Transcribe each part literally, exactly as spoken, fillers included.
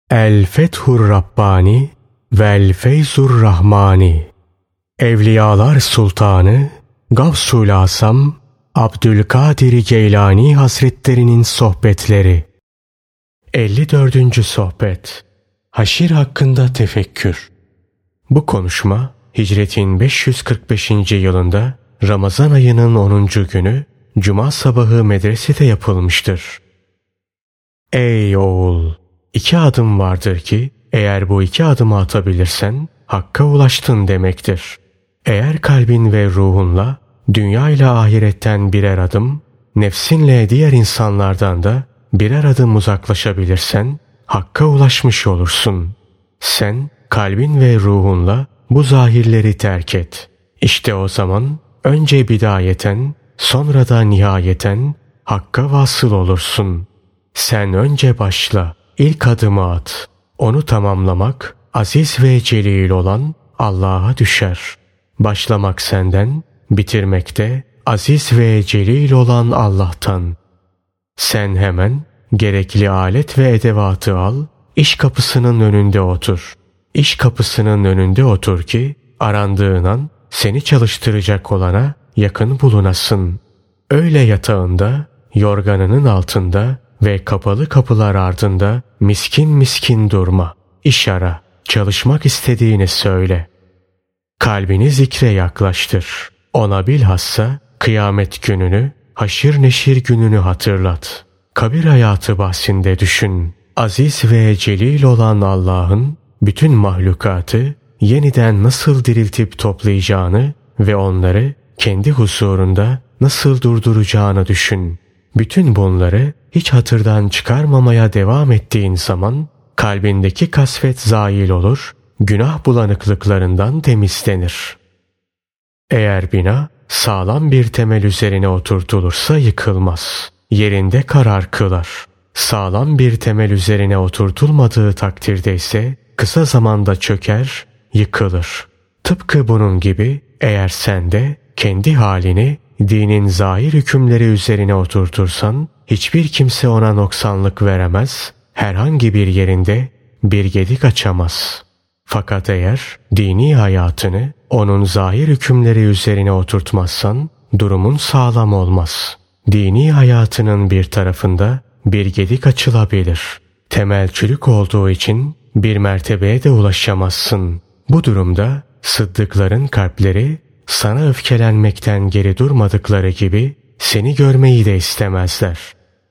El Fethur Rabbani vel Feyzur Rahmani. Evliyalar Sultanı Gavsul Asam Abdülkadir Geylani Hazretlerinin sohbetleri. elli dördüncü sohbet. Haşir hakkında tefekkür. Bu konuşma Hicretin beş yüz kırk beşinci yılında Ramazan ayının onuncu günü Cuma sabahı medresede yapılmıştır. Ey oğul! İki adım vardır ki eğer bu iki adımı atabilirsen Hakk'a ulaştın demektir. Eğer kalbin ve ruhunla dünya ile ahiretten birer adım, nefsinle diğer insanlardan da birer adım uzaklaşabilirsen Hakk'a ulaşmış olursun. Sen kalbin ve ruhunla bu zahirleri terk et. İşte o zaman önce bidayeten, sonra da nihayeten Hakk'a vasıl olursun. Sen önce başla, ilk adımı at. Onu tamamlamak aziz ve celil olan Allah'a düşer. Başlamak senden, bitirmek de aziz ve celil olan Allah'tan. Sen hemen gerekli alet ve edevatı al, iş kapısının önünde otur. İş kapısının önünde otur ki arandığın an seni çalıştıracak olana yakın bulunasın. Öyle yatağında, yorganının altında ve kapalı kapılar ardında miskin miskin durma. İş ara, çalışmak istediğini söyle. Kalbini zikre yaklaştır. Ona bilhassa kıyamet gününü, haşir neşir gününü hatırlat. Kabir hayatı bahsinde düşün. Aziz ve celil olan Allah'ın bütün mahlukatı yeniden nasıl diriltip toplayacağını ve onları kendi huzurunda nasıl durduracağını düşün. Bütün bunları hiç hatırdan çıkarmamaya devam ettiğin zaman kalbindeki kasvet zail olur, günah bulanıklıklarından temizlenir. Eğer bina sağlam bir temel üzerine oturtulursa yıkılmaz, yerinde karar kılar. Sağlam bir temel üzerine oturtulmadığı takdirde ise kısa zamanda çöker, yıkılır. Tıpkı bunun gibi eğer sen de kendi halini dinin zahir hükümleri üzerine oturtursan hiçbir kimse ona noksanlık veremez, herhangi bir yerinde bir gedik açamaz. Fakat eğer dini hayatını onun zahir hükümleri üzerine oturtmazsan durumun sağlam olmaz. Dini hayatının bir tarafında bir gedik açılabilir. Temel çürük olduğu için bir mertebeye de ulaşamazsın. Bu durumda sıddıkların kalpleri sana öfkelenmekten geri durmadıkları gibi seni görmeyi de istemezler.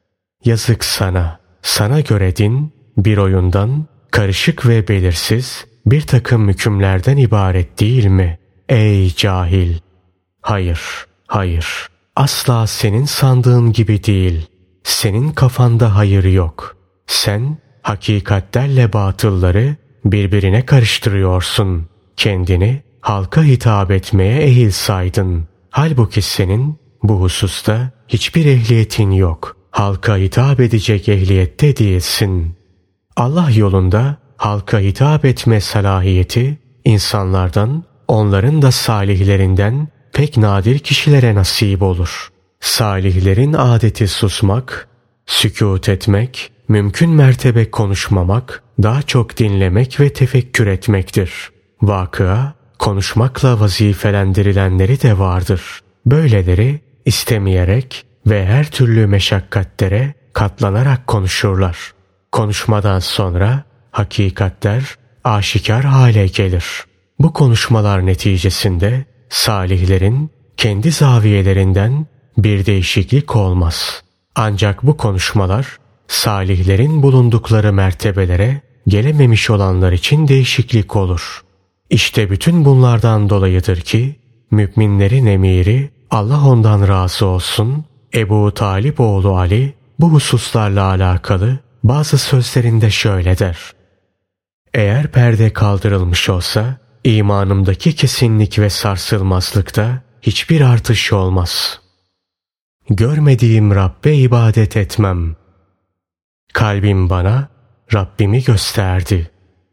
Yazık sana, sana göre din bir oyundan, karışık ve belirsiz bir takım hükümlerden ibaret değil mi? Ey cahil! Hayır, hayır, asla senin sandığın gibi değil. Senin kafanda hayır yok. Sen hakikatlerle batılları birbirine karıştırıyorsun. Kendini halka hitap etmeye ehil saydın. Halbuki senin bu hususta hiçbir ehliyetin yok. Halka hitap edecek ehliyette değilsin. Allah yolunda halka hitap etme salahiyeti insanlardan, onların da salihlerinden pek nadir kişilere nasip olur. Salihlerin adeti susmak, sükût etmek, mümkün mertebe konuşmamak, daha çok dinlemek ve tefekkür etmektir. Vakıa, konuşmakla vazifelendirilenleri de vardır. Böyleleri istemeyerek ve her türlü meşakkatlere katlanarak konuşurlar. Konuşmadan sonra hakikatler aşikar hale gelir. Bu konuşmalar neticesinde salihlerin kendi zaviyelerinden bir değişiklik olmaz. Ancak bu konuşmalar salihlerin bulundukları mertebelere gelememiş olanlar için değişiklik olur. İşte bütün bunlardan dolayıdır ki müminlerin emiri Allah ondan razı olsun Ebu Talip oğlu Ali bu hususlarla alakalı bazı sözlerinde şöyle der. Eğer perde kaldırılmış olsa imanımdaki kesinlik ve sarsılmazlıkta hiçbir artış olmaz. Görmediğim Rabbe ibadet etmem. Kalbim bana Rabbimi gösterdi.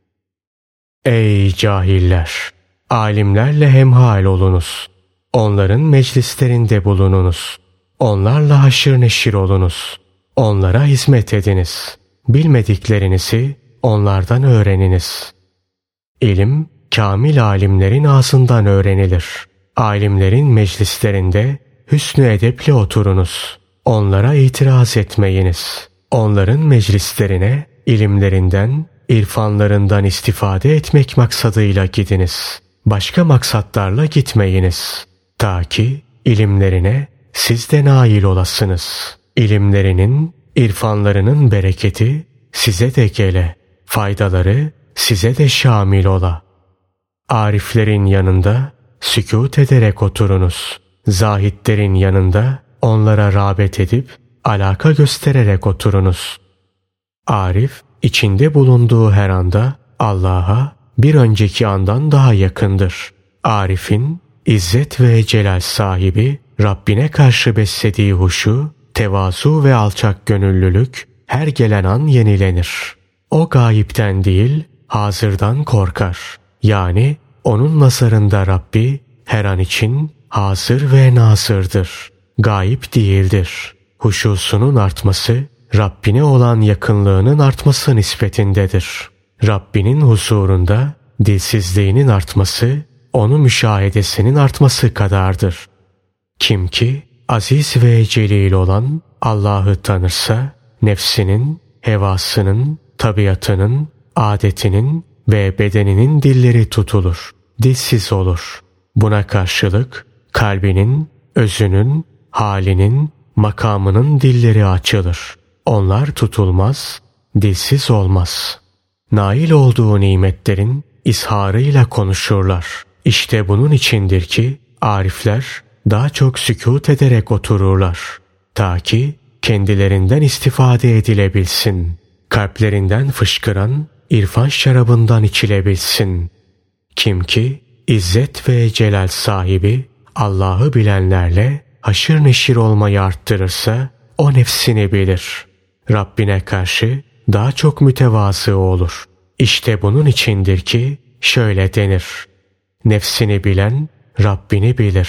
Ey cahiller! Alimlerle hemhal olunuz. Onların meclislerinde bulununuz. Onlarla haşır neşir olunuz. Onlara hizmet ediniz. Bilmediklerinizi onlardan öğreniniz. İlim, kamil alimlerin ağzından öğrenilir. Alimlerin meclislerinde hüsnü edeple oturunuz. Onlara itiraz etmeyiniz. Onların meclislerine ilimlerinden, irfanlarından istifade etmek maksadıyla gidiniz. Başka maksatlarla gitmeyiniz. Ta ki ilimlerine siz de nail olasınız. İlimlerinin, irfanlarının bereketi size de gele. Faydaları size de şamil ola. Ariflerin yanında sükût ederek oturunuz. Zahitlerin yanında onlara rağbet edip alaka göstererek oturunuz. Arif, içinde bulunduğu her anda Allah'a bir önceki andan daha yakındır. Arif'in İzzet ve celal sahibi Rabbine karşı beslediği huşu, tevazu ve alçak gönüllülük her gelen an yenilenir. O gayipten değil, hazırdan korkar. Yani onun nazarında Rabbi her an için hazır ve nazırdır. Gayip değildir. Huşusunun artması, Rabbine olan yakınlığının artması nispetindedir. Rabbinin huzurunda dilsizliğinin artması, onu müşahedesinin artması kadardır. Kim ki aziz ve celil olan Allah'ı tanırsa, nefsinin, hevasının, tabiatının, adetinin ve bedeninin dilleri tutulur, dilsiz olur. Buna karşılık kalbinin, özünün, halinin, makamının dilleri açılır. Onlar tutulmaz, dilsiz olmaz. Nail olduğu nimetlerin izharıyla konuşurlar. İşte bunun içindir ki arifler daha çok sükût ederek otururlar. Ta ki kendilerinden istifade edilebilsin. Kalplerinden fışkıran irfan şarabından içilebilsin. Kim ki İzzet ve celal sahibi Allah'ı bilenlerle haşır neşir olmayı arttırırsa o nefsini bilir. Rabbine karşı daha çok mütevazı olur. İşte bunun içindir ki şöyle denir: nefsini bilen Rabbini bilir.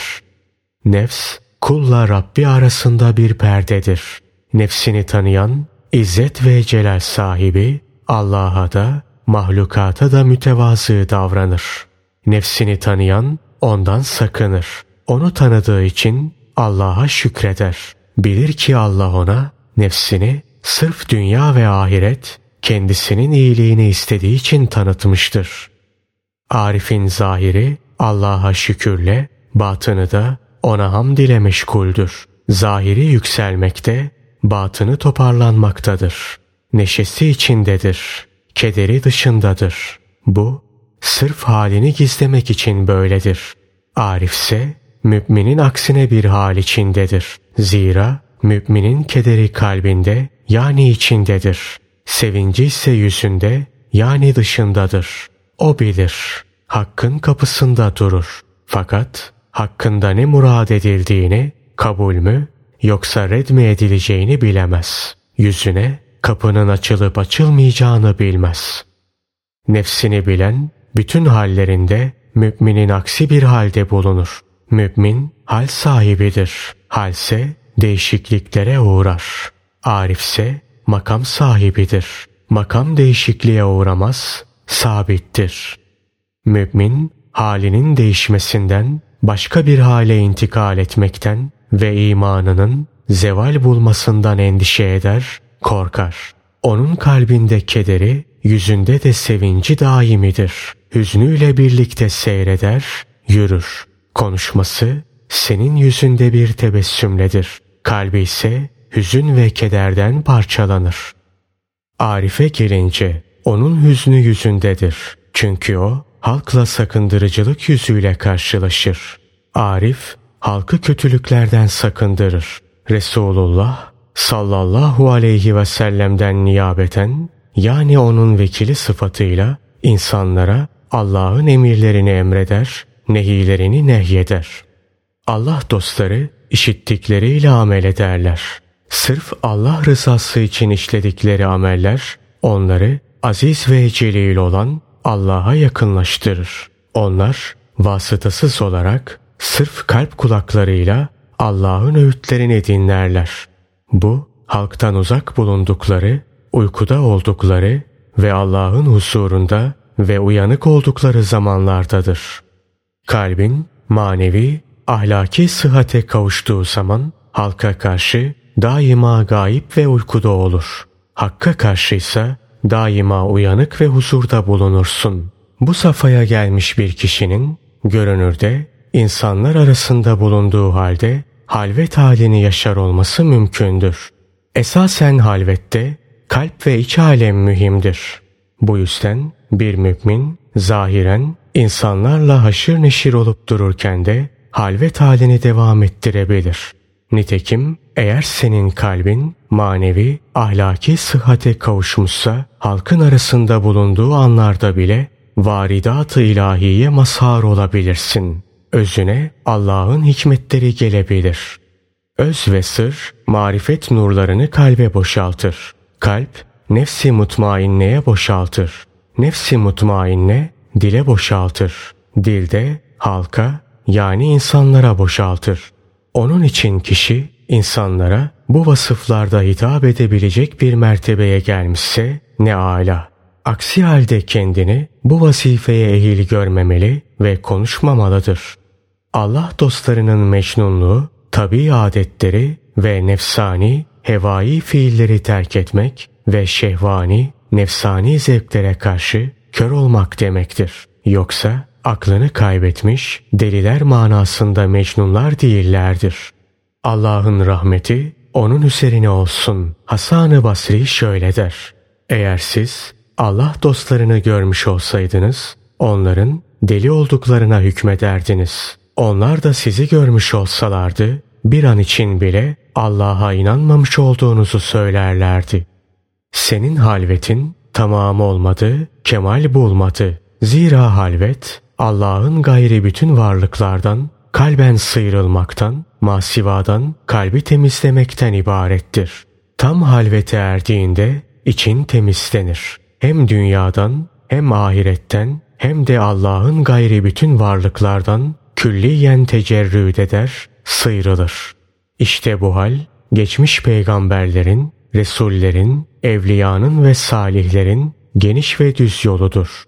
Nefs kulla Rabbi arasında bir perdedir. Nefsini tanıyan İzzet ve celal sahibi Allah'a da mahlukata da mütevazı davranır. Nefsini tanıyan ondan sakınır. Onu tanıdığı için Allah'a şükreder. Bilir ki Allah ona nefsini sırf dünya ve ahiret kendisinin iyiliğini istediği için tanıtmıştır. Arif'in zahiri Allah'a şükürle, batını da ona hamd ile meşguldür. Zahiri yükselmekte, batını toparlanmaktadır. Neşesi içindedir, kederi dışındadır. Bu, sırf halini gizlemek için böyledir. Arif ise müminin aksine bir hal içindedir. Zira müminin kederi kalbinde yani içindedir. Sevinci ise yüzünde yani dışındadır. O bilir. Hakkın kapısında durur. Fakat hakkında ne murad edildiğini, kabul mü yoksa red mi edileceğini bilemez. Yüzüne kapının açılıp açılmayacağını bilmez. Nefsini bilen bütün hallerinde müminin aksi bir halde bulunur. Mümin hal sahibidir. Halse değişikliklere uğrar. Arifse makam sahibidir. Makam değişikliğe uğramaz, sabittir. Mümin halinin değişmesinden, başka bir hale intikal etmekten ve imanının zeval bulmasından endişe eder, korkar. Onun kalbinde kederi, yüzünde de sevinci daimidir. Hüznüyle birlikte seyreder, yürür. Konuşması senin yüzünde bir tebessümledir. Kalbi ise hüzün ve kederden parçalanır. Arife gelince onun hüznü yüzündedir. Çünkü o halkla sakındırıcılık yüzüyle karşılaşır. Arif halkı kötülüklerden sakındırır. Resulullah sallallahu aleyhi ve sellem'den niyabeten, yani onun vekili sıfatıyla insanlara Allah'ın emirlerini emreder, nehilerini nehyeder. Allah dostları işittikleriyle amel ederler. Sırf Allah rızası için işledikleri ameller onları aziz ve celil olan Allah'a yakınlaştırır. Onlar vasıtasız olarak sırf kalp kulaklarıyla Allah'ın öğütlerini dinlerler. Bu halktan uzak bulundukları, uykuda oldukları ve Allah'ın huzurunda ve uyanık oldukları zamanlardadır. Kalbin manevi, ahlaki sıhhate kavuştuğu zaman halka karşı daima gayip ve uykuda olur. Hakka karşıysa daima uyanık ve huzurda bulunursun. Bu safhaya gelmiş bir kişinin görünürde insanlar arasında bulunduğu halde halvet halini yaşar olması mümkündür. Esasen halvette kalp ve iç alem mühimdir. Bu yüzden bir mümin zahiren insanlarla haşır neşir olup dururken de halvet halini devam ettirebilir. Nitekim eğer senin kalbin manevi, ahlaki sıhhate kavuşmuşsa halkın arasında bulunduğu anlarda bile varidat-ı ilahiye mazhar olabilirsin. Özüne Allah'ın hikmetleri gelebilir. Öz ve sır, marifet nurlarını kalbe boşaltır. Kalp, nefsi mutmainneye boşaltır. Nefsi mutmainne, dile boşaltır. Dilde, halka, yani insanlara boşaltır. Onun için kişi, insanlara bu vasıflarda hitap edebilecek bir mertebeye gelmişse ne âlâ. Aksi halde kendini bu vazifeye ehil görmemeli ve konuşmamalıdır. Allah dostlarının mecnunluğu, tabii adetleri ve nefsani, hevai fiilleri terk etmek ve şehvani, nefsani zevklere karşı kör olmak demektir. Yoksa aklını kaybetmiş deliler manasında mecnunlar değillerdir. Allah'ın rahmeti onun üzerine olsun. Hasan-ı Basri şöyle der: eğer siz Allah dostlarını görmüş olsaydınız, onların deli olduklarına hükmederdiniz. Onlar da sizi görmüş olsalardı, bir an için bile Allah'a inanmamış olduğunuzu söylerlerdi. Senin halvetin tamam olmadı, kemal bulmadı. Zira halvet, Allah'ın gayri bütün varlıklardan, kalben sıyrılmaktan, masivadan, kalbi temizlemekten ibarettir. Tam halvete erdiğinde için temizlenir. Hem dünyadan, hem ahiretten, hem de Allah'ın gayri bütün varlıklardan külliyen tecerrüd eder, sıyrılır. İşte bu hal, geçmiş peygamberlerin, resullerin, evliyanın ve salihlerin geniş ve düz yoludur.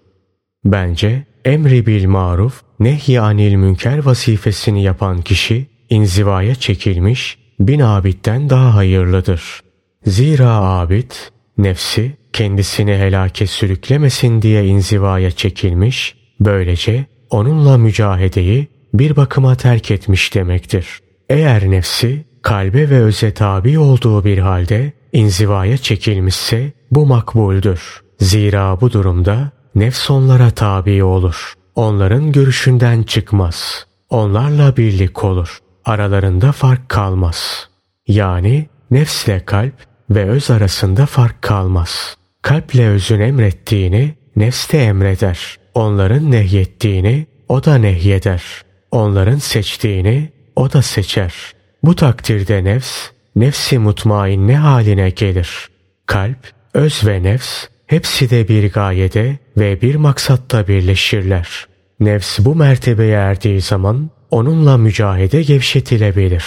Bence emri bil maruf, nehy anil münker vazifesini yapan kişi inzivaya çekilmiş bin abidden daha hayırlıdır. Zira abid, nefsi kendisini helake sürüklemesin diye inzivaya çekilmiş, böylece onunla mücahedeyi bir bakıma terk etmiş demektir. Eğer nefsi kalbe ve öze tabi olduğu bir halde inzivaya çekilmişse bu makbuldür. Zira bu durumda nefs onlara tabi olur. Onların görüşünden çıkmaz. Onlarla birlik olur. Aralarında fark kalmaz. Yani nefsle kalp ve öz arasında fark kalmaz. Kalple özün emrettiğini nefs de emreder. Onların nehyettiğini o da nehyeder. Onların seçtiğini o da seçer. Bu takdirde nefs, nefsi mutmainne haline gelir. Kalp, öz ve nefs hepsi de bir gayede ve bir maksatta birleşirler. Nefs bu mertebeye erdiği zaman onunla mücahede gevşetilebilir.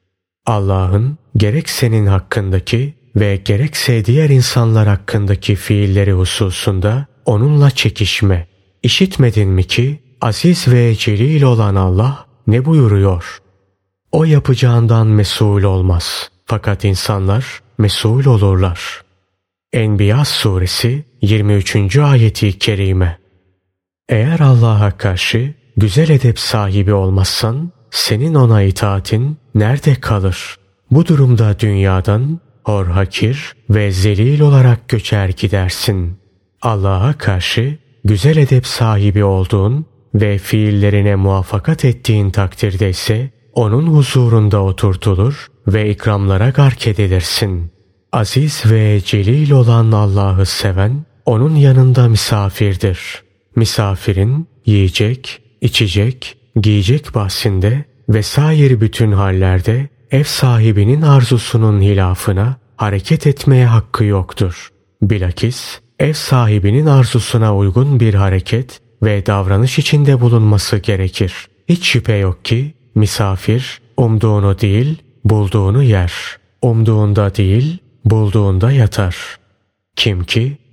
Allah'ın gerek senin hakkındaki ve gerekse diğer insanlar hakkındaki fiilleri hususunda onunla çekişme. İşitmedin mi ki aziz ve celil olan Allah ne buyuruyor? O yapacağından mesul olmaz. Fakat insanlar mesul olurlar. Enbiya suresi yirmi üçüncü ayeti kerime. Eğer Allah'a karşı güzel edep sahibi olmazsan senin ona itaatin nerede kalır? Bu durumda dünyadan hor hakir ve zelil olarak göçer gidersin. Allah'a karşı güzel edep sahibi olduğun ve fiillerine muvaffakat ettiğin takdirde ise onun huzurunda oturtulur ve ikramlara gark edilirsin. Aziz ve celil olan Allah'ı seven onun yanında misafirdir. Misafirin yiyecek, içecek, giyecek bahsinde vesaire bütün hallerde ev sahibinin arzusunun hilafına hareket etmeye hakkı yoktur. Bilakis ev sahibinin arzusuna uygun bir hareket ve davranış içinde bulunması gerekir. Hiç şüphe yok ki misafir umduğunu değil bulduğunu yer. Umduğunda değil bulduğunda yatar. Kim ki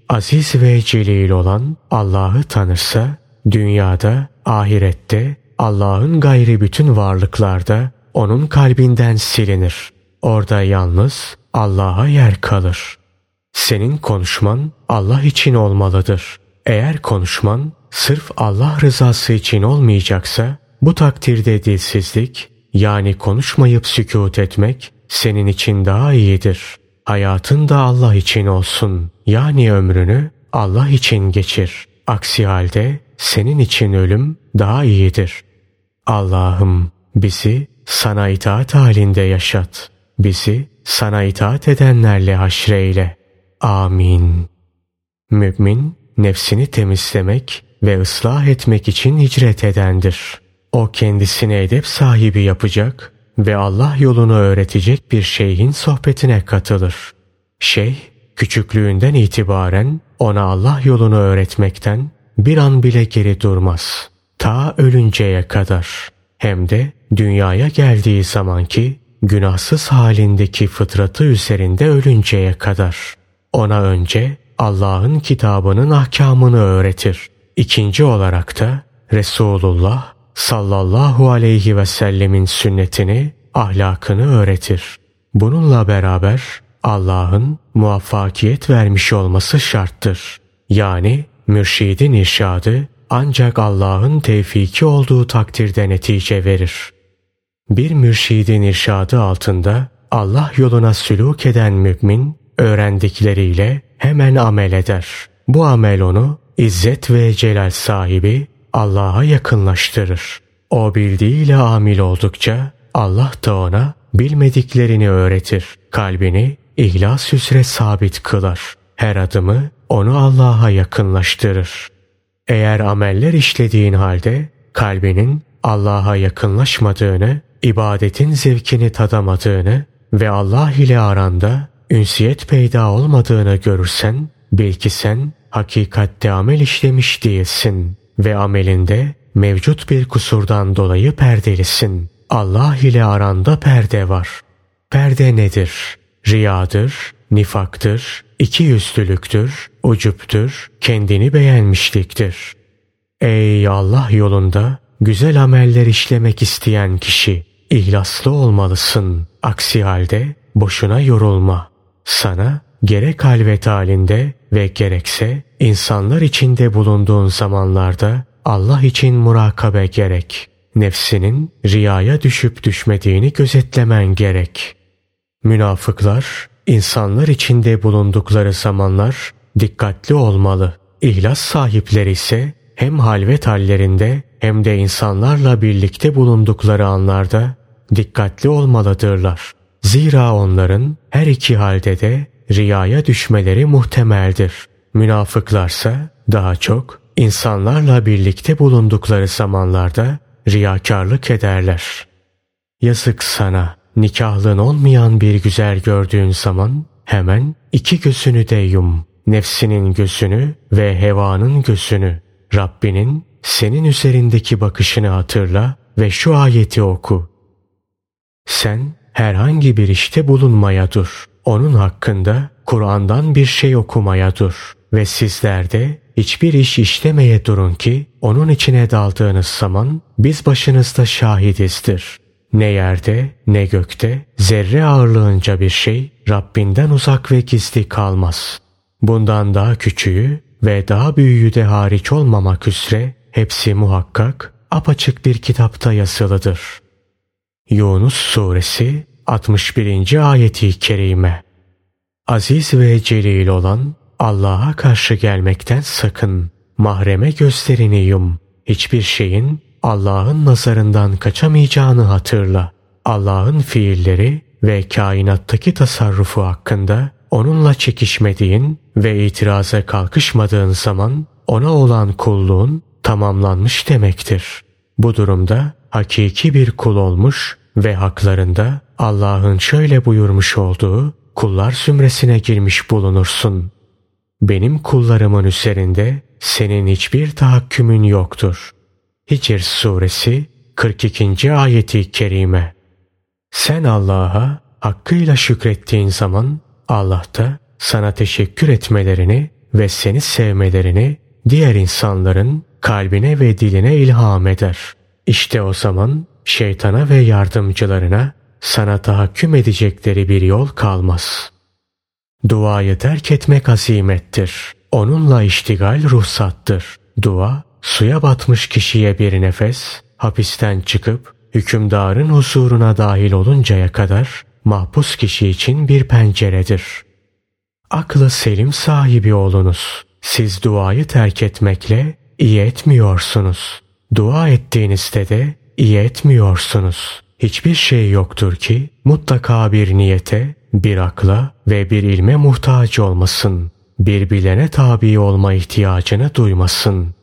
aziz ve celil olan Allah'ı tanırsa, dünyada, ahirette, Allah'ın gayri bütün varlıklarda onun kalbinden silinir. Orada yalnız Allah'a yer kalır. Senin konuşman Allah için olmalıdır. Eğer konuşman sırf Allah rızası için olmayacaksa, bu takdirde dilsizlik, yani konuşmayıp sükût etmek senin için daha iyidir. Hayatın da Allah için olsun, yani ömrünü Allah için geçir. Aksi halde senin için ölüm daha iyidir. Allah'ım bizi sana itaat halinde yaşat. Bizi sana itaat edenlerle haşreyle. Amin. Mümin, nefsini temizlemek ve ıslah etmek için hicret edendir. O kendisini edep sahibi yapacak ve Allah yolunu öğretecek bir şeyhin sohbetine katılır. Şeyh, küçüklüğünden itibaren ona Allah yolunu öğretmekten bir an bile geri durmaz. Ta ölünceye kadar. Hem de dünyaya geldiği zamanki günahsız halindeki fıtratı üzerinde ölünceye kadar. Ona önce Allah'ın kitabının ahkamını öğretir. İkinci olarak da Resulullah sallallahu aleyhi ve sellemin sünnetini, ahlakını öğretir. Bununla beraber Allah'ın muvaffakiyet vermiş olması şarttır. Yani mürşidin irşadı ancak Allah'ın tevfiki olduğu takdirde netice verir. Bir mürşidin irşadı altında Allah yoluna sülûk eden mümin, öğrendikleriyle hemen amel eder. Bu amel onu İzzet ve celal sahibi Allah'a yakınlaştırır. O bildiğiyle amil oldukça Allah da ona bilmediklerini öğretir. Kalbini ihlas üzere sabit kılar. Her adımı onu Allah'a yakınlaştırır. Eğer ameller işlediğin halde kalbinin Allah'a yakınlaşmadığını, ibadetin zevkini tadamadığını ve Allah ile aranda ünsiyet peyda olmadığını görürsen, bil ki sen hakikatte amel işlemiş değilsin ve amelinde mevcut bir kusurdan dolayı perdelisin. Allah ile aranda perde var. Perde nedir? Riyadır, nifaktır, ikiyüzlülüktür, ucuptür, kendini beğenmişliktir. Ey Allah yolunda güzel ameller işlemek isteyen kişi, ihlaslı olmalısın. Aksi halde boşuna yorulma. Sana gerek halvet halinde ve gerekse insanlar içinde bulunduğun zamanlarda Allah için murakabe gerek. Nefsinin riyaya düşüp düşmediğini gözetlemen gerek. Münafıklar insanlar içinde bulundukları zamanlar dikkatli olmalı. İhlas sahipleri ise hem halvet hallerinde hem de insanlarla birlikte bulundukları anlarda dikkatli olmalıdırlar. Zira onların her iki halde de riyaya düşmeleri muhtemeldir. Münafıklarsa daha çok insanlarla birlikte bulundukları zamanlarda riyakarlık ederler. Yazık sana, nikahlın olmayan bir güzel gördüğün zaman hemen iki gözünü de yum. Nefsinin gözünü ve hevanın gözünü. Rabbinin senin üzerindeki bakışını hatırla ve şu ayeti oku. Sen herhangi bir işte bulunmaya dur. Onun hakkında Kur'an'dan bir şey okumaya dur. Ve sizler de hiçbir iş işlemeye durun ki onun içine daldığınız zaman biz başınızda şahidizdir. Ne yerde ne gökte zerre ağırlığınca bir şey Rabbinden uzak ve gizli kalmaz. Bundan daha küçüğü ve daha büyüğü de hariç olmamak üzere hepsi muhakkak apaçık bir kitapta yazılıdır. Yunus Suresi altmış birinci ayeti kerime. Aziz ve celil olan Allah'a karşı gelmekten sakın. Mahreme gözlerini yum. Hiçbir şeyin Allah'ın nazarından kaçamayacağını hatırla. Allah'ın fiilleri ve kainattaki tasarrufu hakkında onunla çekişmediğin ve itiraza kalkışmadığın zaman ona olan kulluğun tamamlanmış demektir. Bu durumda hakiki bir kul olmuş ve haklarında Allah'ın şöyle buyurmuş olduğu kullar zümresine girmiş bulunursun. Benim kullarımın üzerinde senin hiçbir tahakkümün yoktur. Hicr Suresi kırk ikinci ayeti kerime. Sen Allah'a hakkıyla şükrettiğin zaman Allah da sana teşekkür etmelerini ve seni sevmelerini diğer insanların kalbine ve diline ilham eder. İşte o zaman şeytana ve yardımcılarına sana tahakküm edecekleri bir yol kalmaz. Duayı terk etmek azimettir. Onunla iştigal ruhsattır. Dua, suya batmış kişiye bir nefes, hapisten çıkıp hükümdarın huzuruna dahil oluncaya kadar mahpus kişi için bir penceredir. Aklı selim sahibi olunuz. Siz duayı terk etmekle iyi etmiyorsunuz. Dua ettiğinizde de iyi etmiyorsunuz. Hiçbir şey yoktur ki mutlaka bir niyete, bir akla ve bir ilme muhtaç olmasın. Bir bilene tabi olma ihtiyacını duymasın.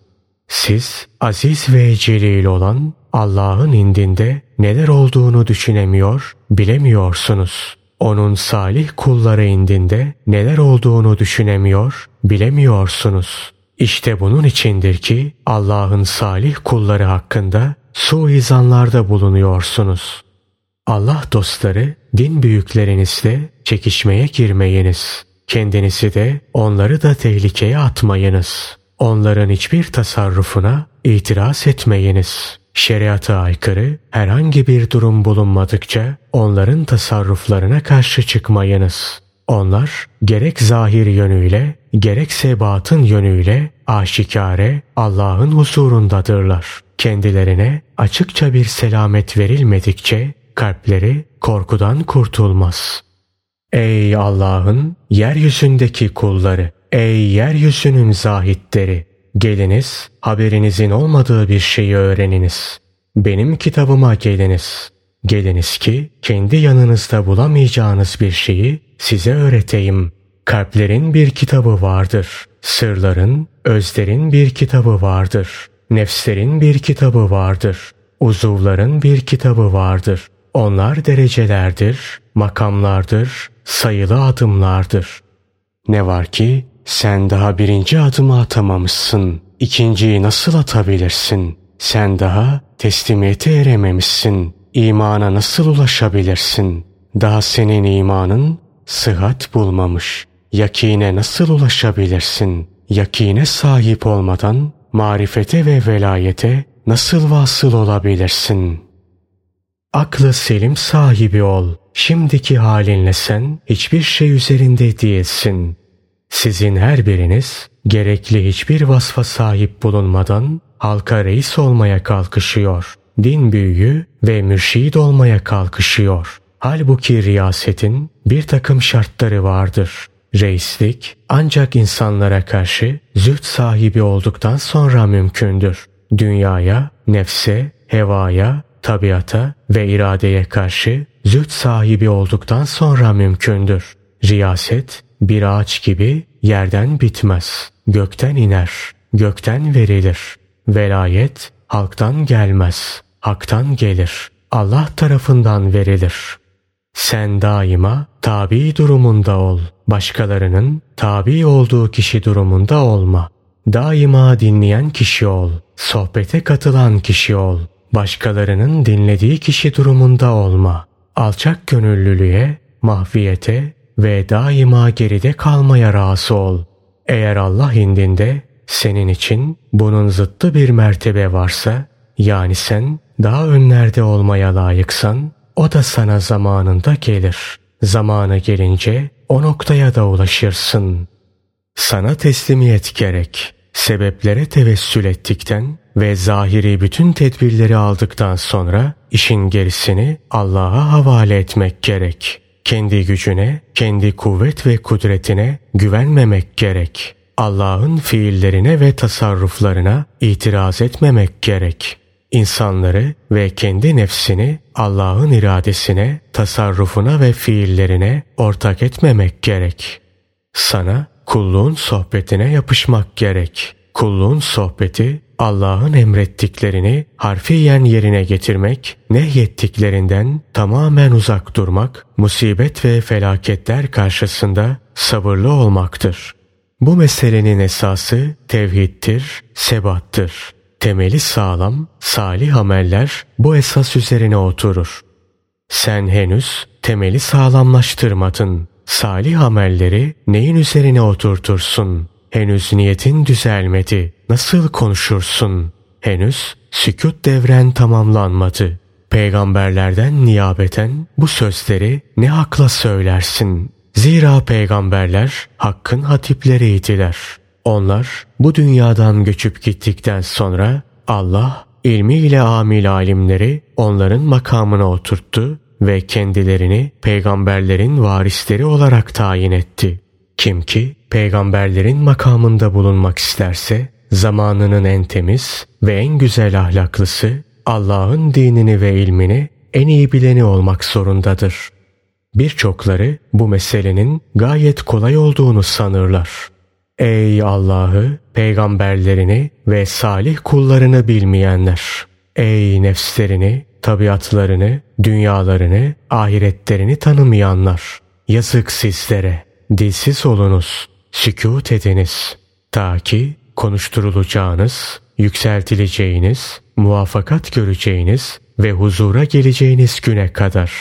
Siz aziz ve celil olan Allah'ın indinde neler olduğunu düşünemiyor, bilemiyorsunuz. Onun salih kulları indinde neler olduğunu düşünemiyor, bilemiyorsunuz. İşte bunun içindir ki Allah'ın salih kulları hakkında suizanlarda bulunuyorsunuz. Allah dostları, din büyüklerinizle çekişmeye girmeyiniz. Kendinizi de onları da tehlikeye atmayınız. Onların hiçbir tasarrufuna itiraz etmeyiniz. Şeriata aykırı herhangi bir durum bulunmadıkça onların tasarruflarına karşı çıkmayınız. Onlar gerek zahir yönüyle gerekse batın yönüyle aşikare Allah'ın huzurundadırlar. Kendilerine açıkça bir selamet verilmedikçe kalpleri korkudan kurtulmaz. Ey Allah'ın yeryüzündeki kulları, ey yeryüzünün zahitleri, geliniz, haberinizin olmadığı bir şeyi öğreniniz. Benim kitabıma geliniz. Geliniz ki kendi yanınızda bulamayacağınız bir şeyi size öğreteyim. Kalplerin bir kitabı vardır. Sırların, özlerin bir kitabı vardır. Nefslerin bir kitabı vardır. Uzuvların bir kitabı vardır. Onlar derecelerdir, makamlardır, sayılı adımlardır. Ne var ki sen daha birinci adımı atamamışsın. İkinciyi nasıl atabilirsin? Sen daha teslimiyete erememişsin. İmana nasıl ulaşabilirsin? Daha senin imanın sıhhat bulmamış. Yakine nasıl ulaşabilirsin? Yakine sahip olmadan marifete ve velayete nasıl vasıl olabilirsin? Aklı selim sahibi ol. Şimdiki halinle sen hiçbir şey üzerinde değilsin. Sizin her biriniz gerekli hiçbir vasfa sahip bulunmadan halka reis olmaya kalkışıyor. Din büyüğü ve mürşid olmaya kalkışıyor. Halbuki riyasetin bir takım şartları vardır. Reislik ancak insanlara karşı zühd sahibi olduktan sonra mümkündür. Dünyaya, nefse, hevaya, tabiata ve iradeye karşı zühd sahibi olduktan sonra mümkündür. Riyaset bir ağaç gibi yerden bitmez. Gökten iner, gökten verilir. Velayet halktan gelmez, haktan gelir. Allah tarafından verilir. Sen daima tabi durumunda ol. Başkalarının tabi olduğu kişi durumunda olma. Daima dinleyen kişi ol. Sohbete katılan kişi ol. Başkalarının dinlediği kişi durumunda olma. Alçak gönüllülüğe, mahviyete ve daima geride kalmaya razı ol. Eğer Allah indinde senin için bunun zıttı bir mertebe varsa, yani sen daha önlerde olmaya layıksan, o da sana zamanında gelir. Zamanı gelince o noktaya da ulaşırsın. Sana teslimiyet gerek. Sebeplere tevessül ettikten ve zahiri bütün tedbirleri aldıktan sonra işin gerisini Allah'a havale etmek gerek. Kendi gücüne, kendi kuvvet ve kudretine güvenmemek gerek. Allah'ın fiillerine ve tasarruflarına itiraz etmemek gerek. İnsanları ve kendi nefsini Allah'ın iradesine, tasarrufuna ve fiillerine ortak etmemek gerek. Sana kulluğun sohbetine yapışmak gerek. Kulluğun sohbeti Allah'ın emrettiklerini harfiyen yerine getirmek, nehyettiklerinden tamamen uzak durmak, musibet ve felaketler karşısında sabırlı olmaktır. Bu meselenin esası tevhiddir, sebattır. Temeli sağlam, salih ameller bu esas üzerine oturur. Sen henüz temeli sağlamlaştırmadın. Salih amelleri neyin üzerine oturtursun? Henüz niyetin düzelmedi. Nasıl konuşursun? Henüz sükût devren tamamlanmadı. Peygamberlerden niyabeten bu sözleri ne hakla söylersin? Zira peygamberler Hakk'ın hatipleriydiler. Onlar bu dünyadan göçüp gittikten sonra Allah ilmiyle amil alimleri onların makamına oturttu ve kendilerini peygamberlerin varisleri olarak tayin etti. Kim ki peygamberlerin makamında bulunmak isterse zamanının en temiz ve en güzel ahlaklısı, Allah'ın dinini ve ilmini en iyi bileni olmak zorundadır. Birçokları bu meselenin gayet kolay olduğunu sanırlar. Ey Allah'ı, peygamberlerini ve salih kullarını bilmeyenler! Ey nefslerini, tabiatlarını, dünyalarını, ahiretlerini tanımayanlar! Yazık sizlere! Dilsiz olunuz, sükût ediniz. Ta ki konuşturulacağınız, yükseltileceğiniz, muvaffakat göreceğiniz ve huzura geleceğiniz güne kadar.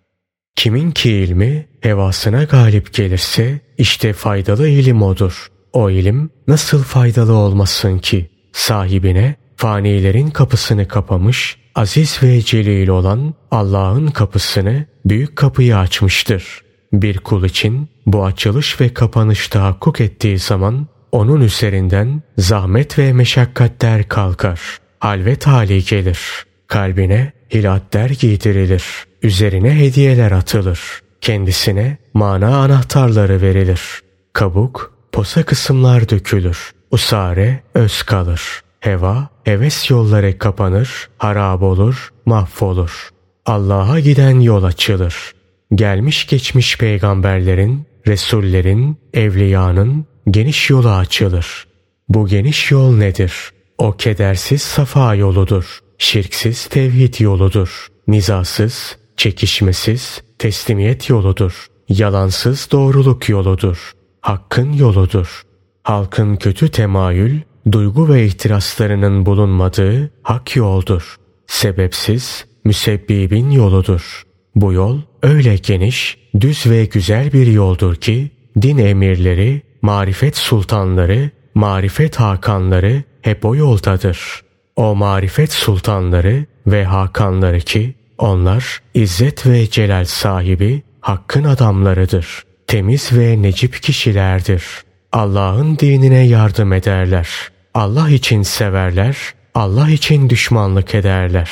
Kimin ki ilmi hevasına galip gelirse işte faydalı ilim odur. O ilim nasıl faydalı olmasın ki? Sahibine fanilerin kapısını kapamış, aziz ve celil olan Allah'ın kapısını, büyük kapıyı açmıştır. Bir kul için bu açılış ve kapanış tahakkuk ettiği zaman onun üzerinden zahmet ve meşakkatler kalkar. Halvet hali gelir. Kalbine hilatler giydirilir. Üzerine hediyeler atılır. Kendisine mana anahtarları verilir. Kabuk, posa kısımlar dökülür. Usare, öz kalır. Heva, heves yolları kapanır, harap olur, mahvolur. Allah'a giden yol açılır. Gelmiş geçmiş peygamberlerin, resullerin, evliyanın geniş yolu açılır. Bu geniş yol nedir? O kedersiz safa yoludur. Şirksiz tevhid yoludur. Nizasız, çekişmesiz teslimiyet yoludur. Yalansız doğruluk yoludur. Hakkın yoludur. Halkın kötü temayül, duygu ve ihtiraslarının bulunmadığı hak yoldur. Sebepsiz, müsebbibin yoludur. Bu yol öyle geniş, düz ve güzel bir yoldur ki din emirleri, marifet sultanları, marifet hakanları hep o yoldadır. O marifet sultanları ve hakanları ki onlar izzet ve celal sahibi hakkın adamlarıdır. Temiz ve necip kişilerdir. Allah'ın dinine yardım ederler. Allah için severler, Allah için düşmanlık ederler.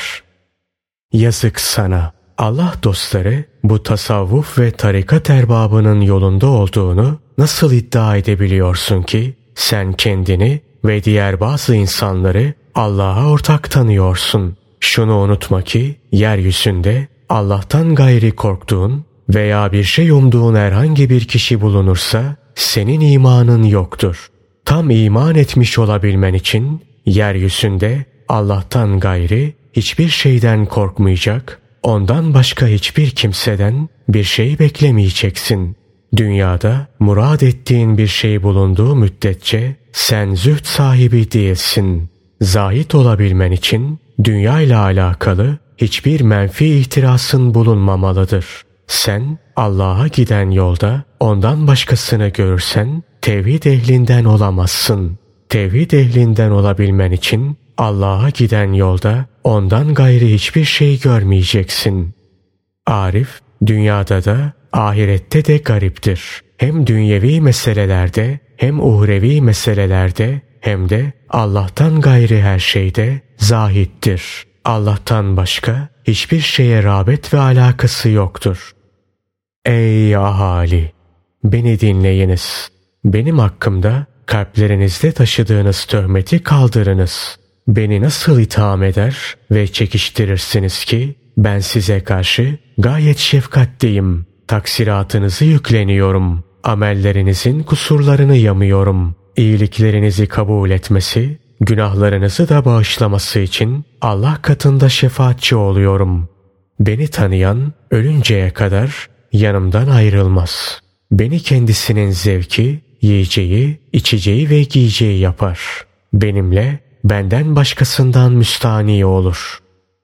Yazık sana! Allah dostları bu tasavvuf ve tarikat erbabının yolunda olduğunu nasıl iddia edebiliyorsun ki sen kendini ve diğer bazı insanları Allah'a ortak tanıyorsun? Şunu unutma ki yeryüzünde Allah'tan gayri korktuğun veya bir şey umduğun herhangi bir kişi bulunursa senin imanın yoktur. Tam iman etmiş olabilmen için yeryüzünde Allah'tan gayri hiçbir şeyden korkmayacak, ondan başka hiçbir kimseden bir şey beklemeyeceksin. Dünyada murad ettiğin bir şey bulunduğu müddetçe sen zühd sahibi değilsin. Zahit olabilmen için dünya ile alakalı hiçbir menfi ihtirasın bulunmamalıdır. Sen Allah'a giden yolda ondan başkasını görürsen tevhid ehlinden olamazsın. Tevhid ehlinden olabilmen için Allah'a giden yolda ondan gayri hiçbir şey görmeyeceksin. Arif dünyada da ahirette de gariptir. Hem dünyevi meselelerde hem uhrevi meselelerde hem de Allah'tan gayri her şeyde zahittir. Allah'tan başka hiçbir şeye rağbet ve alakası yoktur. Ey ahali! Beni dinleyiniz. Benim hakkımda kalplerinizde taşıdığınız töhmeti kaldırınız. Beni nasıl itham eder ve çekiştirirsiniz ki ben size karşı gayet şefkatliyim. Taksiratınızı yükleniyorum. Amellerinizin kusurlarını yamıyorum. İyiliklerinizi kabul etmesi, günahlarınızı da bağışlaması için Allah katında şefaatçi oluyorum. Beni tanıyan ölünceye kadar yanımdan ayrılmaz. Beni kendisinin zevki, yiyeceği, içeceği ve giyeceği yapar. Benimle benden başkasından müstani olur.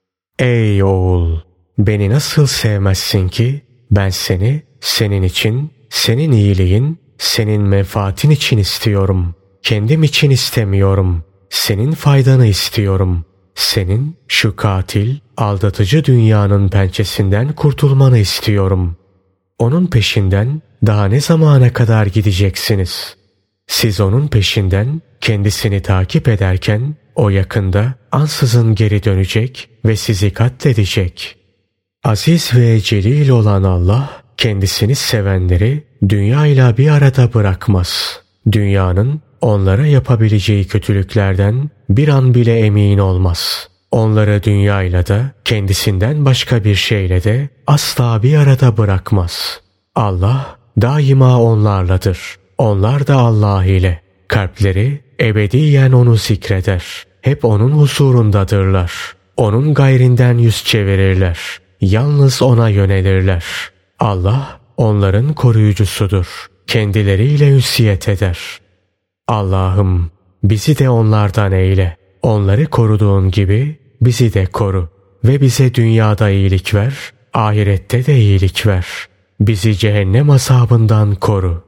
Ey oğul! Beni nasıl sevmezsin ki ben seni senin için, senin iyiliğin, senin menfaatin için istiyorum. kendim için istemiyorum. Senin faydanı istiyorum. Senin şu katil, aldatıcı dünyanın pençesinden kurtulmanı istiyorum. Onun peşinden daha ne zamana kadar gideceksiniz? Siz onun peşinden kendisini takip ederken o yakında ansızın geri dönecek ve sizi katledecek. Aziz ve celil olan Allah kendisini sevenleri dünyayla bir arada bırakmaz. Dünyanın onlara yapabileceği kötülüklerden bir an bile emin olmaz. Onları dünyayla da kendisinden başka bir şeyle de asla bir arada bırakmaz. Allah daima onlarladır. Onlar da Allah ile. Kalpleri ebediyen onu zikreder. Hep onun huzurundadırlar. Onun gayrinden yüz çevirirler. Yalnız ona yönelirler. Allah onların koruyucusudur. Kendileriyle ünsiyet eder. Allah'ım bizi de onlardan eyle. Onları koruduğun gibi bizi de koru. Ve bize dünyada iyilik ver, ahirette de iyilik ver. Bizi cehennem azabından koru.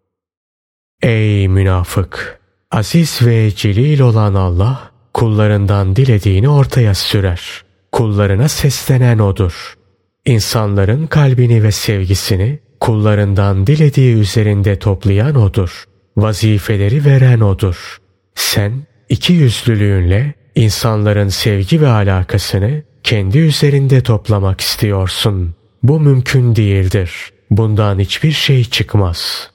Ey münafık! Aziz ve celil olan Allah kullarından dilediğini ortaya sürer. Kullarına seslenen O'dur. İnsanların kalbini ve sevgisini kullarından dilediği üzerinde toplayan O'dur. Vazifeleri veren O'dur. Sen iki yüzlülüğünle insanların sevgi ve alakasını kendi üzerinde toplamak istiyorsun. Bu mümkün değildir. Bundan hiçbir şey çıkmaz.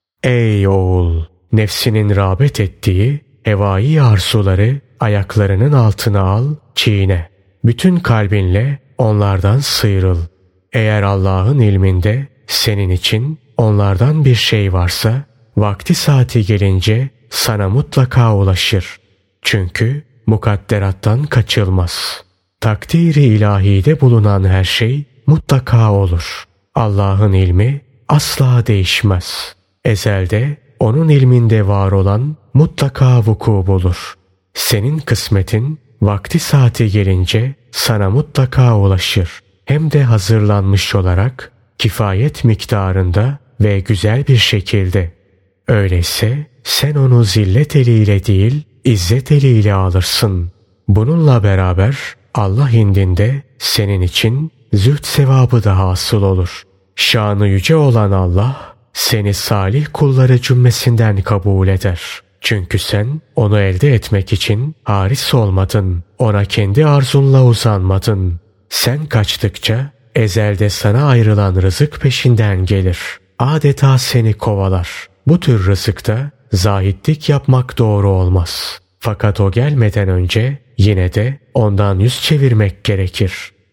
Ey oğul! Nefsinin rağbet ettiği hevai arzuları ayaklarının altına al, çiğne. Bütün kalbinle onlardan sıyrıl. Eğer Allah'ın ilminde senin için onlardan bir şey varsa, vakti saati gelince sana mutlaka ulaşır. Çünkü mukadderattan kaçılmaz. Takdiri ilahide bulunan her şey mutlaka olur. Allah'ın ilmi asla değişmez. Ezelde onun ilminde var olan mutlaka vuku bulur. Senin kısmetin vakti saati gelince sana mutlaka ulaşır. Hem de hazırlanmış olarak, kifayet miktarında ve güzel bir şekilde. Öyleyse sen onu zillet eliyle değil, izzet eliyle alırsın. Bununla beraber Allah indinde senin için zühd sevabı da hasıl olur. Şanı yüce olan Allah seni salih kulları cümlesinden kabul eder. Çünkü sen onu elde etmek için haris olmadın. Ona kendi arzunla uzanmadın. Sen kaçtıkça ezelde sana ayrılan rızık peşinden gelir. Adeta seni kovalar. Bu tür rızıkta zahitlik yapmak doğru olmaz. Fakat o gelmeden önce yine de ondan yüz çevirmek gerekir.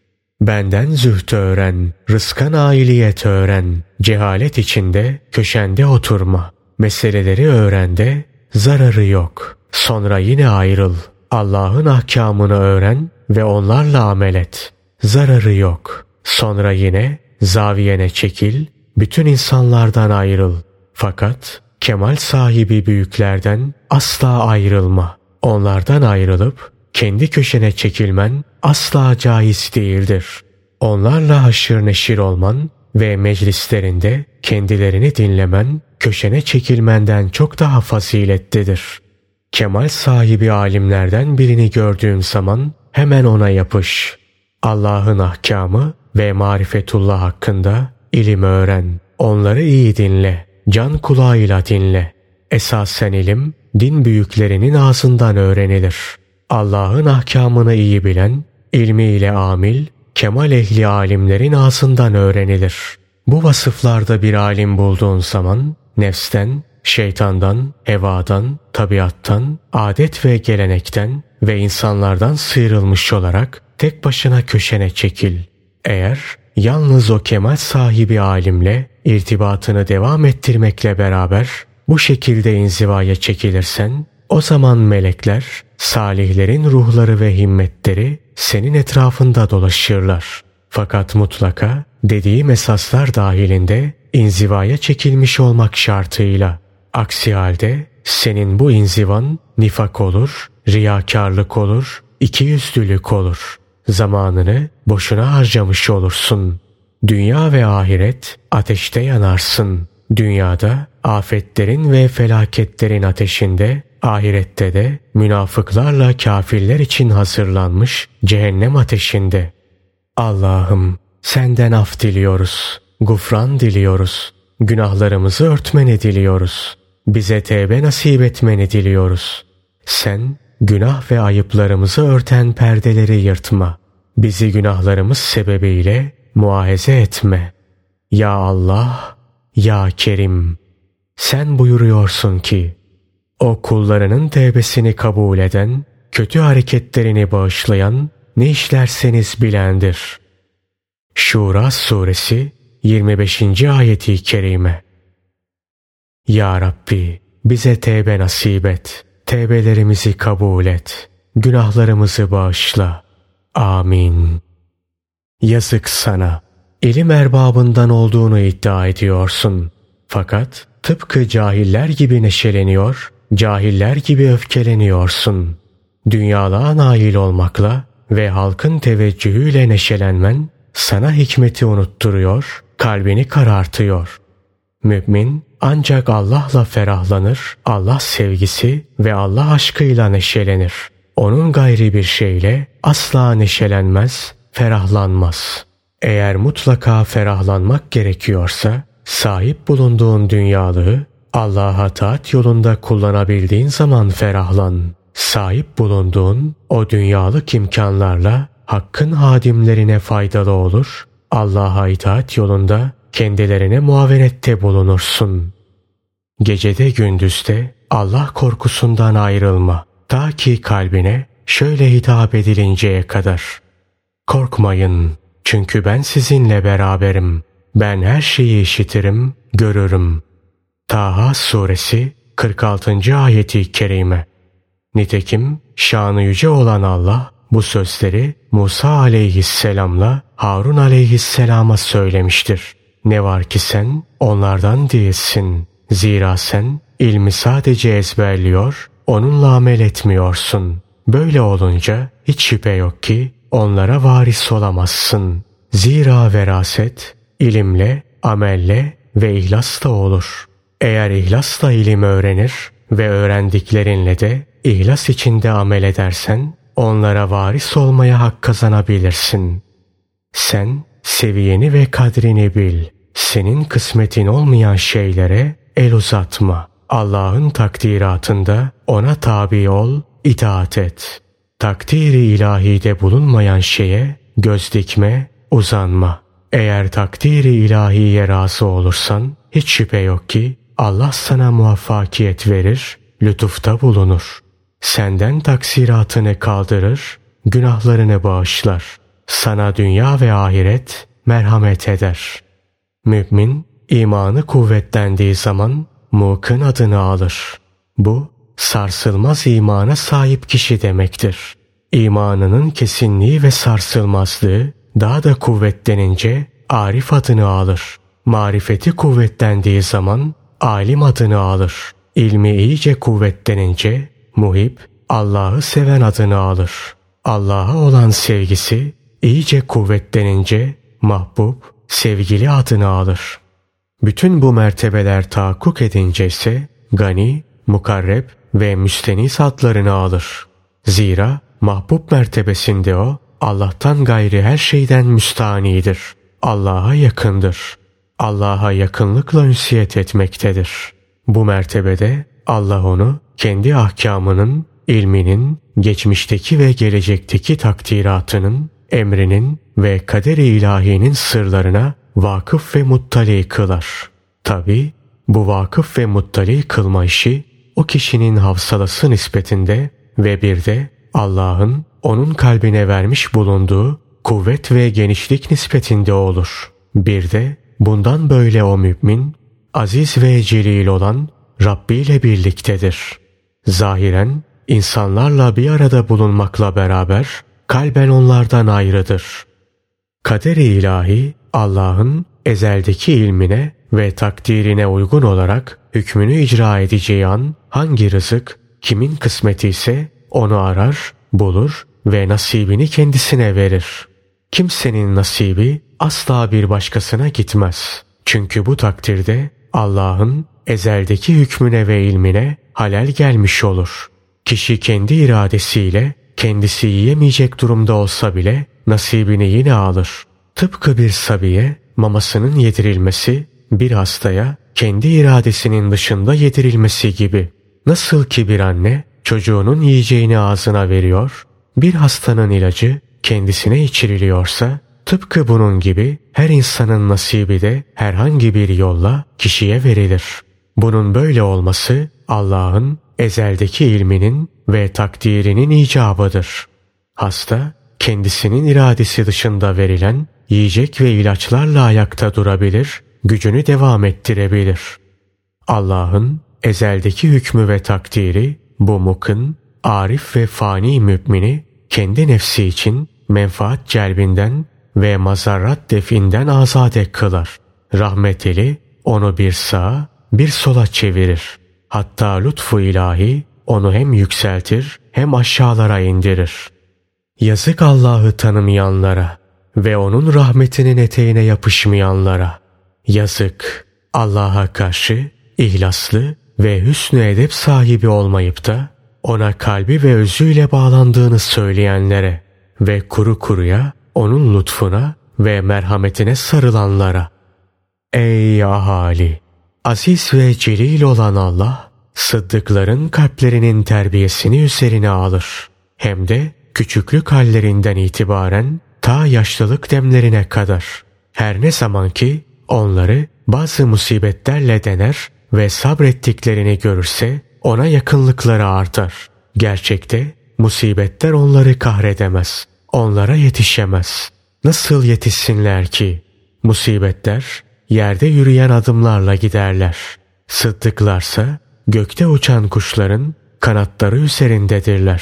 Benden zühd öğren, rızka nailiyet öğren. Cehalet içinde köşende oturma. Meseleleri öğren de zararı yok. Sonra yine ayrıl. Allah'ın ahkamını öğren ve onlarla amel et. Zararı yok. Sonra yine zaviyene çekil, bütün insanlardan ayrıl. Fakat kemal sahibi büyüklerden asla ayrılma. Onlardan ayrılıp kendi köşene çekilmen asla caiz değildir. Onlarla haşır neşir olman ve meclislerinde kendilerini dinlemen, köşene çekilmenden çok daha faziletlidir. Kemal sahibi alimlerden birini gördüğün zaman hemen ona yapış. Allah'ın ahkamı ve marifetullah hakkında ilim öğren. Onları iyi dinle. Can kulağıyla dinle. Esasen ilim, din büyüklerinin ağzından öğrenilir. Allah'ın ahkamını iyi bilen, ilmiyle amil, kemal ehli alimlerin ağzından öğrenilir. Bu vasıflarda bir alim bulduğun zaman, nefsten, şeytandan, hevadan, tabiattan, adet ve gelenekten ve insanlardan sıyrılmış olarak tek başına köşene çekil. Eğer yalnız o kemal sahibi alimle irtibatını devam ettirmekle beraber bu şekilde inzivaya çekilirsen, o zaman melekler, salihlerin ruhları ve himmetleri senin etrafında dolaşırlar. Fakat mutlaka dediğim esaslar dahilinde inzivaya çekilmiş olmak şartıyla. Aksi halde senin bu inzivan nifak olur, riyakarlık olur, ikiyüzlülük olur. Zamanını boşuna harcamış olursun. Dünya ve ahiret ateşte yanarsın. Dünyada afetlerin ve felaketlerin ateşinde, ahirette de münafıklarla kâfirler için hazırlanmış cehennem ateşinde. Allah'ım senden af diliyoruz, gufran diliyoruz, günahlarımızı örtmeni diliyoruz, bize tevbe nasip etmeni diliyoruz. Sen günah ve ayıplarımızı örten perdeleri yırtma, bizi günahlarımız sebebiyle muahize etme. Ya Allah, ya Kerim, sen buyuruyorsun ki, o kullarının tevbesini kabul eden, kötü hareketlerini bağışlayan, ne işlerseniz bilendir. Şura suresi yirmi beşinci ayeti kerime. Ya Rabbi, bize tevbe nasip et, tevbelerimizi kabul et, günahlarımızı bağışla. Amin. Yazık sana, ilim erbabından olduğunu iddia ediyorsun. Fakat tıpkı cahiller gibi neşeleniyor, cahiller gibi öfkeleniyorsun. Dünyalığa nail olmakla ve halkın teveccühüyle neşelenmen sana hikmeti unutturuyor, kalbini karartıyor. Mümin ancak Allah'la ferahlanır, Allah sevgisi ve Allah aşkıyla neşelenir. Onun gayri bir şeyle asla neşelenmez, ferahlanmaz. Eğer mutlaka ferahlanmak gerekiyorsa, sahip bulunduğun dünyalığı Allah'a taat yolunda kullanabildiğin zaman ferahlan. Sahip bulunduğun o dünyalık imkanlarla Hakk'ın hadimlerine faydalı olur, Allah'a itaat yolunda kendilerine muavenette bulunursun. Gecede gündüzde Allah korkusundan ayrılma, ta ki kalbine şöyle hitap edilinceye kadar. Korkmayın, çünkü ben sizinle beraberim. Ben her şeyi işitirim, görürüm. Taha suresi kırk altıncı ayeti kerime. Nitekim şanı yüce olan Allah bu sözleri Musa aleyhisselamla Harun aleyhisselama söylemiştir. Ne var ki sen onlardan değilsin. Zira sen ilmi sadece ezberliyor, onunla amel etmiyorsun. Böyle olunca hiç şüphe yok ki onlara varis olamazsın. Zira veraset ilimle, amelle ve ihlasla olur. Eğer ihlasla ilim öğrenir ve öğrendiklerinle de ihlas içinde amel edersen onlara varis olmaya hak kazanabilirsin. Sen seviyeni ve kadrini bil. Senin kısmetin olmayan şeylere el uzatma. Allah'ın takdiratında ona tabi ol, itaat et. Takdiri ilahide bulunmayan şeye göz dikme, uzanma. Eğer takdiri ilahiye razı olursan hiç şüphe yok ki Allah sana muvaffakiyet verir, lütufta bulunur. Senden taksiratını kaldırır, günahlarını bağışlar. Sana dünya ve ahiret merhamet eder. Mümin imanı kuvvetlendiği zaman mukın adını alır. Bu sarsılmaz imana sahip kişi demektir. İmanının kesinliği ve sarsılmazlığı daha da kuvvetlenince arif adını alır. Marifeti kuvvetlendiği zaman alim adını alır. İlmi iyice kuvvetlenince muhib, Allah'ı seven adını alır. Allah'a olan sevgisi iyice kuvvetlenince mahbub, sevgili adını alır. Bütün bu mertebeler tahakkuk edince ise gani, mukarreb ve müstenis adlarını alır. Zira mahbub mertebesinde o Allah'tan gayri her şeyden müstanidir. Allah'a yakındır. Allah'a yakınlıkla ünsiyet etmektedir. Bu mertebede Allah onu kendi ahkamının, ilminin, geçmişteki ve gelecekteki takdiratının, emrinin ve kader-i ilahinin sırlarına vakıf ve muttali kılar. Tabi bu vakıf ve muttali kılma işi o kişinin havsalası nispetinde ve bir de Allah'ın onun kalbine vermiş bulunduğu kuvvet ve genişlik nispetinde olur. Bir de bundan böyle o mümin aziz ve celil olan Rabbi ile birliktedir. Zahiren insanlarla bir arada bulunmakla beraber kalben onlardan ayrıdır. Kader-i ilahi Allah'ın ezeldeki ilmine ve takdirine uygun olarak hükmünü icra edeceği an hangi rızık kimin kısmeti ise onu arar, bulur ve nasibini kendisine verir. Kimsenin nasibi asla bir başkasına gitmez. Çünkü bu takdirde Allah'ın ezeldeki hükmüne ve ilmine halal gelmiş olur. Kişi kendi iradesiyle kendisi yiyemeyecek durumda olsa bile nasibini yine alır. Tıpkı bir sabiye mamasının yedirilmesi, bir hastaya kendi iradesinin dışında yedirilmesi gibi. Nasıl ki bir anne çocuğunun yiyeceğini ağzına veriyor, bir hastanın ilacı kendisine içiriliyorsa, tıpkı bunun gibi her insanın nasibi de herhangi bir yolla kişiye verilir. Bunun böyle olması Allah'ın ezeldeki ilminin ve takdirinin icabıdır. Hasta kendisinin iradesi dışında verilen yiyecek ve ilaçlarla ayakta durabilir, gücünü devam ettirebilir. Allah'ın ezeldeki hükmü ve takdiri bu mukın, arif ve fani mümini kendi nefsi için menfaat celbinden ve mazarrat definden azade kılar. Rahmet eli onu bir sağa bir sola çevirir. Hatta lütfu ilahi onu hem yükseltir hem aşağılara indirir. Yazık Allah'ı tanımayanlara ve onun rahmetinin eteğine yapışmayanlara. Yazık Allah'a karşı ihlaslı ve hüsnü edep sahibi olmayıp da ona kalbi ve özüyle bağlandığını söyleyenlere ve kuru kuruya onun lütfuna ve merhametine sarılanlara. Ey ahali! Aziz ve celil olan Allah, sıddıkların kalplerinin terbiyesini üzerine alır. Hem de küçüklük hallerinden itibaren ta yaşlılık demlerine kadar. Her ne zaman ki onları bazı musibetlerle dener ve sabrettiklerini görürse ona yakınlıkları artar. Gerçekte musibetler onları kahredemez, onlara yetişemez. Nasıl yetişsinler ki? Musibetler yerde yürüyen adımlarla giderler. Sıddıklarsa gökte uçan kuşların kanatları üzerindedirler.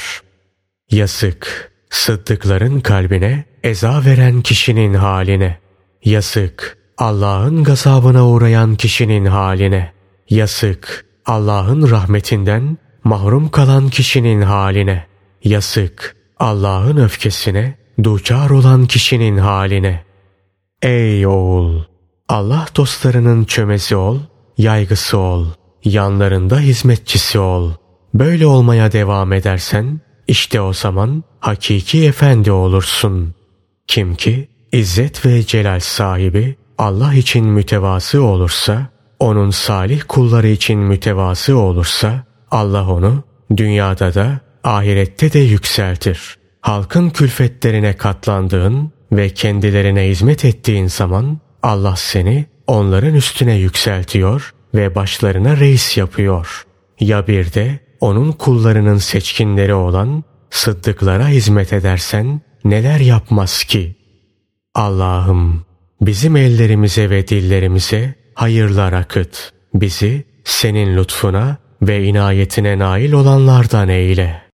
Yazık sıddıkların kalbine eza veren kişinin haline. Yazık Allah'ın gazabına uğrayan kişinin haline. Yazık Allah'ın rahmetinden mahrum kalan kişinin haline. Yazık Allah'ın öfkesine duçar olan kişinin haline. Ey oğul! Allah dostlarının çömezi ol, yaygısı ol, yanlarında hizmetçisi ol. Böyle olmaya devam edersen, işte o zaman hakiki efendi olursun. Kim ki izzet ve celal sahibi Allah için mütevazı olursa, onun salih kulları için mütevazı olursa, Allah onu dünyada da ahirette de yükseltir. Halkın külfetlerine katlandığın ve kendilerine hizmet ettiğin zaman Allah seni onların üstüne yükseltiyor ve başlarına reis yapıyor. Ya bir de onun kullarının seçkinleri olan sıddıklara hizmet edersen neler yapmaz ki? Allah'ım bizim ellerimize ve dillerimize hayırlar akıt. Bizi senin lütfuna ve inayetine nail olanlardan eyle.